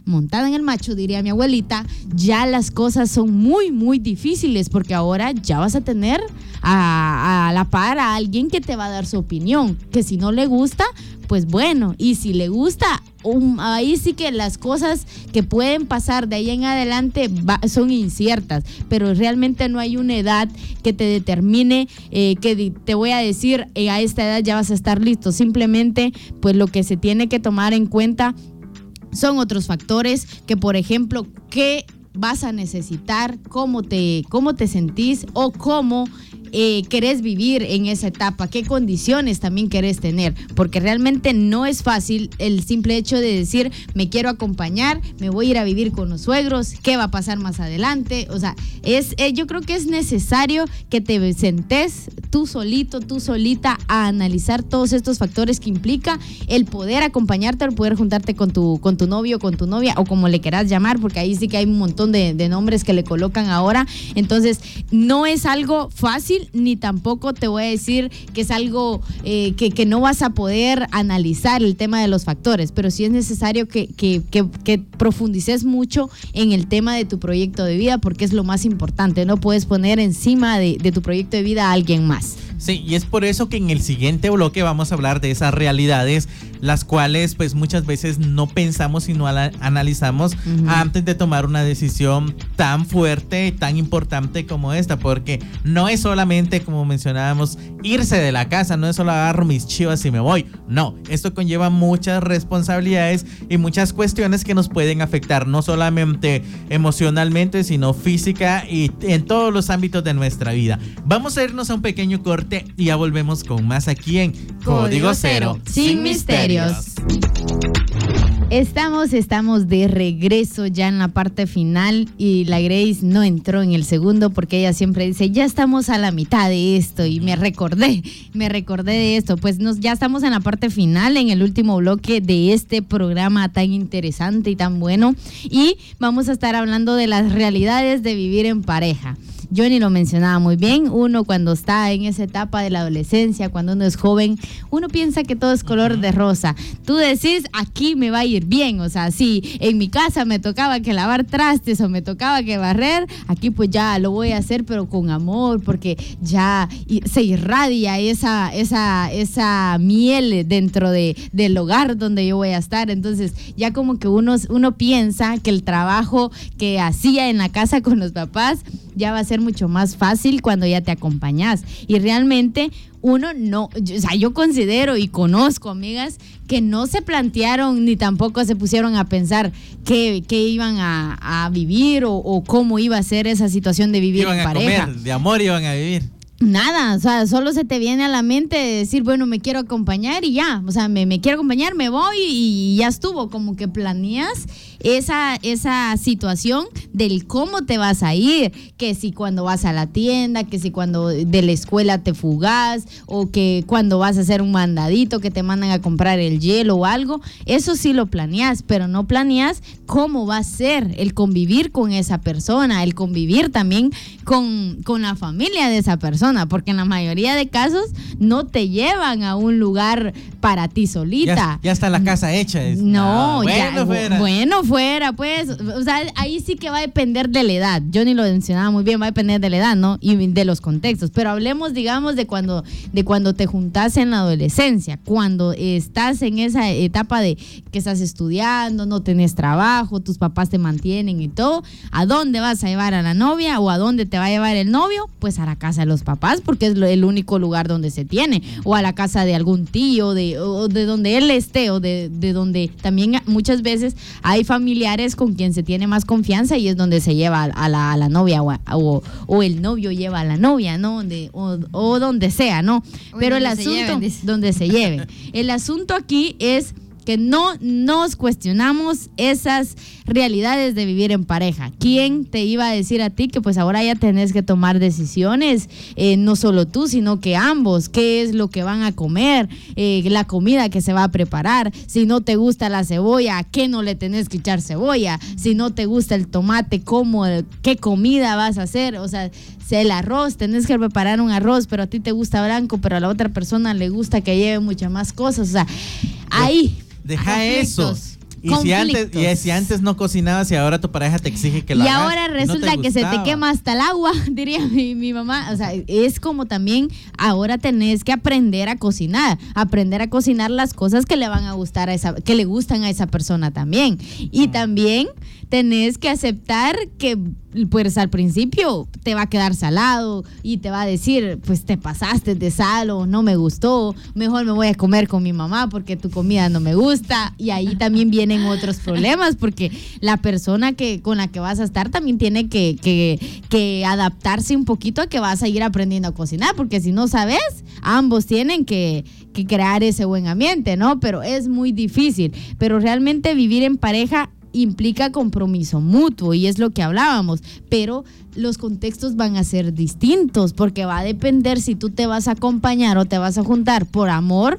F: montada en el macho, diría mi abuelita, ya las cosas son muy, muy difíciles porque ahora ya vas a tener a, a la par a alguien que te va a dar su opinión, que si no le gusta, pues bueno, y si le gusta, um, ahí sí que las cosas que pueden pasar de ahí en adelante va, son inciertas, pero realmente no hay una edad que te determine, eh, que di, te voy a decir, eh, a esta edad ya vas a estar listo. Simplemente, pues lo que se tiene que tomar en cuenta son otros factores, que por ejemplo, ¿qué vas a necesitar? ¿Cómo te, cómo te sentís? O cómo Eh, querés vivir en esa etapa, qué condiciones también querés tener, porque realmente no es fácil el simple hecho de decir, me quiero acompañar, me voy a ir a vivir con los suegros, qué va a pasar más adelante. O sea, es eh, yo creo que es necesario que te sentes tú solito, tú solita a analizar todos estos factores que implica el poder acompañarte, el poder juntarte con tu, con tu novio, con tu novia, o como le quieras llamar, porque ahí sí que hay un montón de, de nombres que le colocan ahora. Entonces, no es algo fácil, ni tampoco te voy a decir que es algo eh, que, que no vas a poder analizar el tema de los factores, pero sí es necesario que, que, que, que profundices mucho en el tema de tu proyecto de vida, porque es lo más importante. No puedes poner encima de, de tu proyecto de vida a alguien más.
E: Sí, y es por eso que en el siguiente bloque vamos a hablar de esas realidades, las cuales pues muchas veces no pensamos y no ala- analizamos uh-huh. antes de tomar una decisión tan fuerte y tan importante como esta, porque no es solamente, como mencionábamos, irse de la casa, no es solo agarro mis chivas y me voy. No, esto conlleva muchas responsabilidades y muchas cuestiones que nos pueden afectar, no solamente emocionalmente, sino física y en todos los ámbitos de nuestra vida. Vamos a irnos a un pequeño corte y ya volvemos con más aquí en Código Cero,
F: sin, sin misterios. Estamos, estamos de regreso ya en la parte final y la Grace no entró en el segundo porque ella siempre dice, ya estamos a la mitad de esto, y me recordé, me recordé de esto. Pues nos, ya estamos en la parte final, en el último bloque de este programa tan interesante y tan bueno, y vamos a estar hablando de las realidades de vivir en pareja. Johnny lo mencionaba muy bien, uno cuando está en esa etapa de la adolescencia, cuando uno es joven, uno piensa que todo es color de rosa. Tú decís, aquí me va a ir bien, o sea, si en mi casa me tocaba que lavar trastes o me tocaba que barrer, aquí pues ya lo voy a hacer, pero con amor, porque ya se irradia esa, esa, esa miel dentro de, del hogar donde yo voy a estar. Entonces ya como que uno, uno piensa que el trabajo que hacía en la casa con los papás ya va a ser mucho más fácil cuando ya te acompañas. Y realmente uno no, o sea, yo considero y conozco amigas que no se plantearon ni tampoco se pusieron a pensar qué, qué iban a, a vivir o, o cómo iba a ser esa situación de vivir
E: iban
F: en
E: a
F: pareja.
E: Comer, de amor iban a vivir.
F: Nada, o sea, solo se te viene a la mente decir, bueno, me quiero acompañar y ya, o sea, me, me quiero acompañar, me voy y ya estuvo. Como que planeas esa, esa situación del cómo te vas a ir, que si cuando vas a la tienda, que si cuando de la escuela te fugas, o que cuando vas a hacer un mandadito que te mandan a comprar el hielo o algo, eso sí lo planeas, pero no planeas cómo va a ser el convivir con esa persona, el convivir también con, con la familia de esa persona, porque en la mayoría de casos no te llevan a un lugar para ti solita.
E: Ya, ya está la casa hecha. Es,
F: no,
E: no,
F: ya,
E: bueno, fuera.
F: bueno, fuera, pues, o sea, ahí sí que va a depender de la edad. Johnny lo mencionaba muy bien, va a depender de la edad, ¿no? Y de los contextos, pero hablemos, digamos, de cuando, de cuando te juntas en la adolescencia, cuando estás en esa etapa de que estás estudiando, no tenés trabajo, tus papás te mantienen y todo. ¿A dónde vas a llevar a la novia o a dónde te va a llevar el novio? Pues a la casa de los papás, porque es el único lugar donde se tiene, o a la casa de algún tío, de, o de donde él esté, o de, de donde también muchas veces hay familiares con quien se tiene más confianza y es donde se lleva a la, a la novia o, a, o, o el novio lleva a la novia, ¿no? Donde, o, o donde sea, ¿no?
D: Uy,
F: pero el
D: donde se
F: asunto,
D: lleven,
F: donde se lleven. El asunto aquí es que no nos cuestionamos esas realidades de vivir en pareja. ¿Quién te iba a decir a ti que pues ahora ya tenés que tomar decisiones? Eh, no solo tú, sino que ambos. ¿Qué es lo que van a comer? Eh, la comida que se va a preparar. Si no te gusta la cebolla, ¿a qué no le tenés que echar cebolla? Si no te gusta el tomate, ¿cómo? ¿Qué comida vas a hacer? O sea, el arroz, tenés que preparar un arroz, pero a ti te gusta blanco, pero a la otra persona le gusta que lleve muchas más cosas. O sea, ahí...
E: Deja eso. Y si, antes, y si antes no cocinabas y ahora tu pareja te exige que lo
F: y
E: hagas.
F: ahora resulta
E: no
F: que se te quema hasta el agua, diría mi, mi mamá. O sea, es como también ahora tenés que aprender a cocinar, aprender a cocinar las cosas que le van a gustar a esa, que le gustan a esa persona también. Y también tenés que aceptar que pues al principio te va a quedar salado y te va a decir, pues te pasaste de sal o no me gustó, mejor me voy a comer con mi mamá porque tu comida no me gusta. Y ahí también vienen otros problemas porque la persona que con la que vas a estar también tiene que, que, que adaptarse un poquito a que vas a ir aprendiendo a cocinar, porque si no sabes, ambos tienen que, que crear ese buen ambiente, ¿no? Pero es muy difícil. Pero realmente vivir en pareja implica compromiso mutuo y es lo que hablábamos, pero los contextos van a ser distintos porque va a depender si tú te vas a acompañar o te vas a juntar por amor,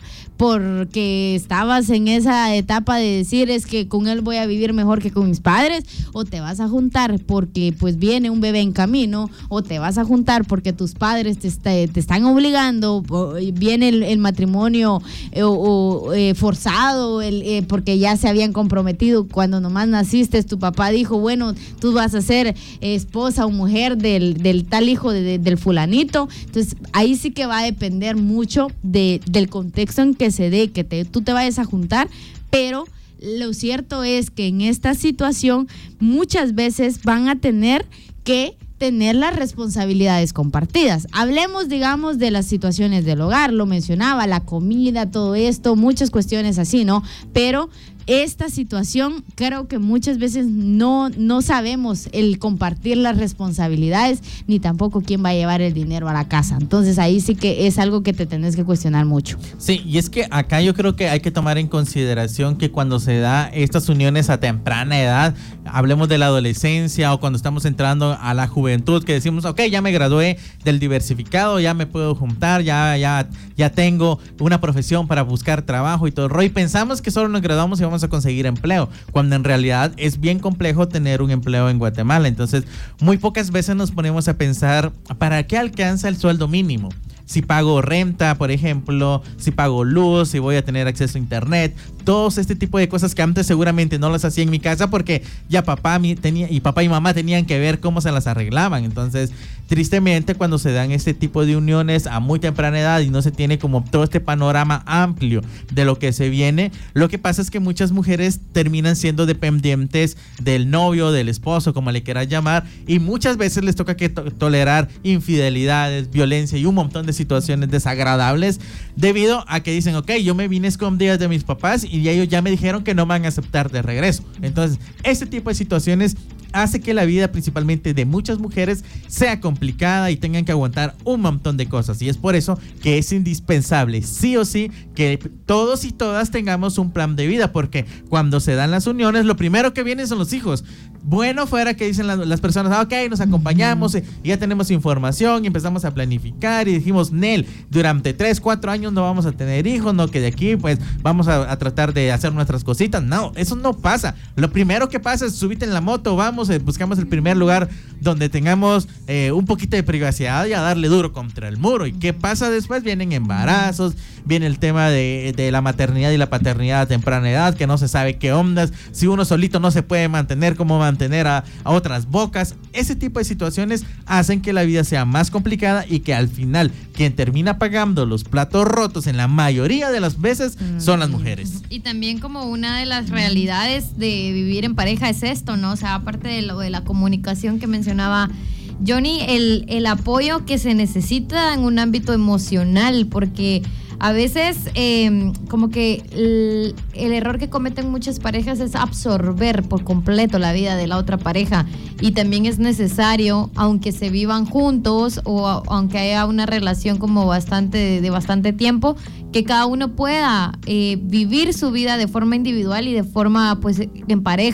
F: porque estabas en esa etapa de decir es que con él voy a vivir mejor que con mis padres, o te vas a juntar porque pues viene un bebé en camino, o te vas a juntar porque tus padres te, te, te están obligando, viene el, el matrimonio eh, o, o eh, forzado, el, eh, porque ya se habían comprometido cuando nomás naciste, tu papá dijo, bueno, tú vas a ser eh, esposa o mujer del, del tal hijo de, de, del fulanito. Entonces ahí sí que va a depender mucho de, del contexto en que se dé, que te, tú te vayas a juntar, pero lo cierto es que en esta situación muchas veces van a tener que tener las responsabilidades compartidas. Hablemos, digamos, de las situaciones del hogar, lo mencionaba, la comida, todo esto, muchas cuestiones así, ¿no? Pero esta situación creo que muchas veces no, no sabemos el compartir las responsabilidades, ni tampoco quién va a llevar el dinero a la casa. Entonces ahí sí que es algo que te tenés que cuestionar mucho.
E: Sí, y es que acá yo creo que hay que tomar en consideración que cuando se da estas uniones a temprana edad, hablemos de la adolescencia o cuando estamos entrando a la juventud, que decimos, ok, ya me gradué del diversificado, ya me puedo juntar, ya, ya, ya tengo una profesión para buscar trabajo y todo el rollo, y pensamos que solo nos graduamos y vamos a conseguir empleo, cuando en realidad es bien complejo tener un empleo en Guatemala. Entonces, muy pocas veces nos ponemos a pensar, ¿para qué alcanza el sueldo mínimo? Si pago renta, por ejemplo, si pago luz, si voy a tener acceso a internet, todos este tipo de cosas que antes seguramente no las hacía en mi casa porque ya papá mi, tenía, y papá y mamá tenían que ver cómo se las arreglaban. Entonces, tristemente, cuando se dan este tipo de uniones a muy temprana edad y no se tiene como todo este panorama amplio de lo que se viene, lo que pasa es que muchas mujeres terminan siendo dependientes del novio, del esposo, como le quieras llamar, y muchas veces les toca que to- tolerar infidelidades, violencia y un montón de situaciones desagradables debido a que dicen, ok, yo me vine escondidas de mis papás y ellos ya me dijeron que no me van a aceptar de regreso. Entonces, este tipo de situaciones hace que la vida principalmente de muchas mujeres sea complicada y tengan que aguantar un montón de cosas, y es por eso que es indispensable sí o sí que todos y todas tengamos un plan de vida, porque cuando se dan las uniones lo primero que vienen son los hijos. Bueno fuera que dicen las, las personas, ah, ok, nos acompañamos, y ya tenemos información y empezamos a planificar y dijimos, Nel, durante tres, cuatro años no vamos a tener hijos, no, que de aquí pues vamos a, a tratar de hacer nuestras cositas. No, eso no pasa. Lo primero que pasa es subirte en la moto, vamos, eh, buscamos el primer lugar donde tengamos eh, un poquito de privacidad y a darle duro contra el muro. ¿Y qué pasa después? Vienen embarazos, viene el tema de, de la maternidad y la paternidad a temprana edad, que no se sabe qué ondas, si uno solito no se puede mantener, cómo mantener a, a otras bocas. Ese tipo de situaciones hacen que la vida sea más complicada y que al final quien termina pagando los platos rotos en la mayoría de las veces son las mujeres.
D: Y también como una de las realidades de vivir en pareja es esto, ¿no? O sea, aparte de lo de la comunicación que mencionaba Johnny, el, el apoyo que se necesita en un ámbito emocional, porque a veces eh, como que el, el error que cometen muchas parejas es absorber por completo la vida de la otra pareja, y también es necesario, aunque se vivan juntos o a, aunque haya una relación como bastante de, de bastante tiempo, que cada uno pueda eh, vivir su vida de forma individual y de forma pues en pareja,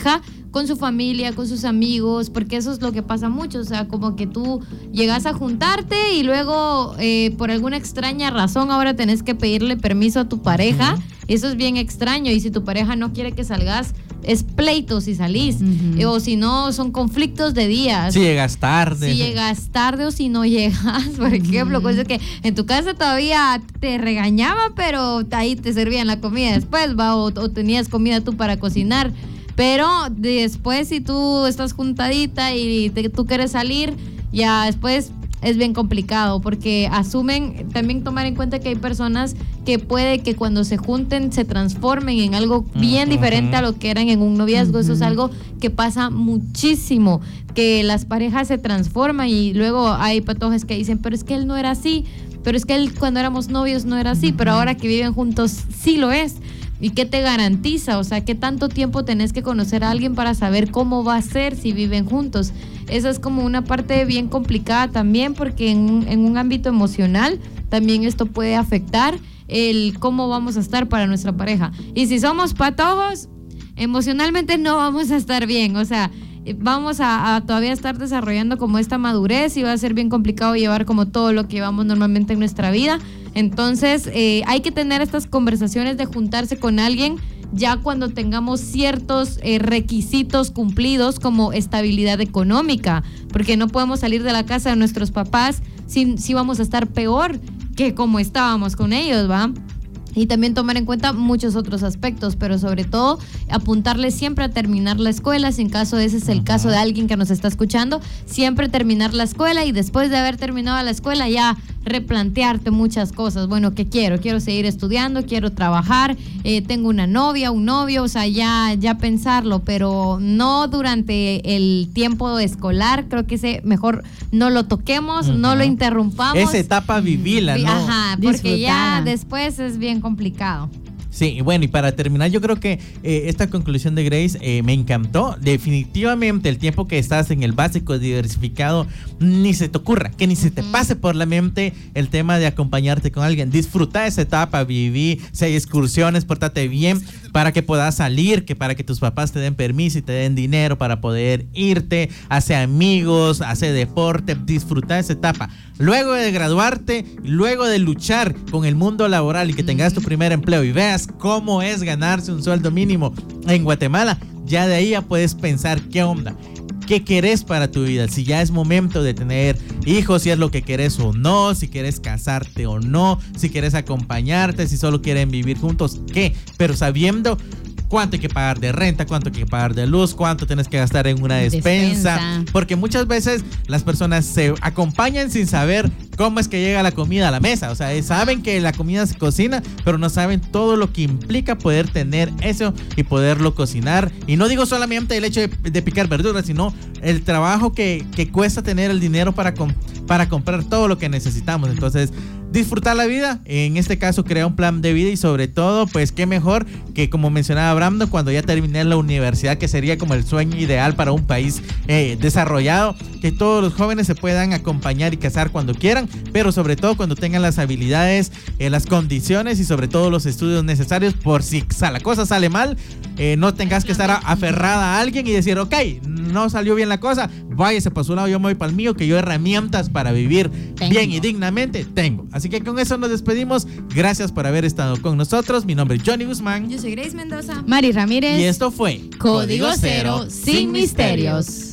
D: con su familia, con sus amigos, porque eso es lo que pasa mucho, o sea, como que tú llegas a juntarte y luego eh, por alguna extraña razón ahora tenés que pedirle permiso a tu pareja, uh-huh. Eso es bien extraño, y si tu pareja no quiere que salgas, es pleito si salís, uh-huh. O si no, son conflictos de días.
E: Si llegas tarde.
D: Si llegas tarde o si no llegas, por ejemplo, uh-huh. Cosas que en tu casa todavía te regañaban, pero ahí te servían la comida después, va, o, o tenías comida tú para cocinar. Pero después, si tú estás juntadita y te, tú quieres salir, ya después es bien complicado, porque asumen, también tomar en cuenta que hay personas que puede que cuando se junten se transformen en algo bien uh-huh. diferente a lo que eran en un noviazgo. Uh-huh. Eso es algo que pasa muchísimo, que las parejas se transforman y luego hay patojos que dicen, pero es que él no era así, pero es que él cuando éramos novios no era así, uh-huh. Pero ahora que viven juntos sí lo es. ¿Y qué te garantiza? O sea, ¿qué tanto tiempo tenés que conocer a alguien para saber cómo va a ser si viven juntos? Esa es como una parte bien complicada también, porque en, en un ámbito emocional también esto puede afectar el cómo vamos a estar para nuestra pareja. Y si somos patojos, emocionalmente no vamos a estar bien. O sea, vamos a, a todavía estar desarrollando como esta madurez y va a ser bien complicado llevar como todo lo que llevamos normalmente en nuestra vida. Entonces eh, hay que tener estas conversaciones de juntarse con alguien ya cuando tengamos ciertos eh, requisitos cumplidos, como estabilidad económica, porque no podemos salir de la casa de nuestros papás si, si vamos a estar peor que como estábamos con ellos, ¿va? Y también tomar en cuenta muchos otros aspectos, pero sobre todo apuntarle siempre a terminar la escuela, si en caso ese es el uh-huh. caso de alguien que nos está escuchando, siempre terminar la escuela, y después de haber terminado la escuela ya replantearte muchas cosas. Bueno, ¿qué quiero? Quiero seguir estudiando, quiero trabajar, eh, tengo una novia, un novio, o sea, ya, ya pensarlo, pero no durante el tiempo escolar. Creo que ese mejor no lo toquemos, uh-huh. no lo interrumpamos.
E: Esa etapa vivila, ¿no?
D: Ajá, porque ya después es bien complicado.
E: Sí, bueno, y para terminar, yo creo que eh, esta conclusión de Grace eh, me encantó. Definitivamente el tiempo que estás en el básico diversificado, ni se te ocurra, que ni se te pase por la mente el tema de acompañarte con alguien. Disfruta esa etapa, viví, si hay excursiones, pórtate bien para que puedas salir, que para que tus papás te den permiso y te den dinero para poder irte, hacer amigos, hacer deporte, disfruta esa etapa. Luego de graduarte, luego de luchar con el mundo laboral y que tengas tu primer empleo y veas cómo es ganarse un sueldo mínimo en Guatemala, ya de ahí ya puedes pensar qué onda, qué querés para tu vida, si ya es momento de tener hijos, si es lo que querés o no, si querés casarte o no, si querés acompañarte, si solo quieren vivir juntos, qué, pero sabiendo cuánto hay que pagar de renta, cuánto hay que pagar de luz, cuánto tienes que gastar en una despensa, despensa. Porque muchas veces las personas se acompañan sin saber cómo es que llega la comida a la mesa. O sea, saben que la comida se cocina, pero no saben todo lo que implica poder tener eso y poderlo cocinar. Y no digo solamente el hecho de, de picar verduras, sino el trabajo que, que cuesta tener el dinero para, com- para comprar todo lo que necesitamos. Entonces, disfrutar la vida, en este caso crear un plan de vida, y sobre todo, pues qué mejor que, como mencionaba Brando, cuando ya terminé la universidad, que sería como el sueño ideal para un país eh, desarrollado, que todos los jóvenes se puedan acompañar y casar cuando quieran, pero sobre todo cuando tengan las habilidades, eh, las condiciones y sobre todo los estudios necesarios, por si la cosa sale mal, eh, no tengas que estar aferrada a alguien y decir, ok, no salió bien la cosa, váyase para su lado, yo me voy para el mío, que yo herramientas para vivir tengo. bien y dignamente tengo. Así que con eso nos despedimos. Gracias por haber estado con nosotros. Mi nombre es Johnny Guzmán.
D: Yo soy Grace Mendoza.
F: Mari Ramírez.
E: Y esto fue
F: Código Cero, sin misterios.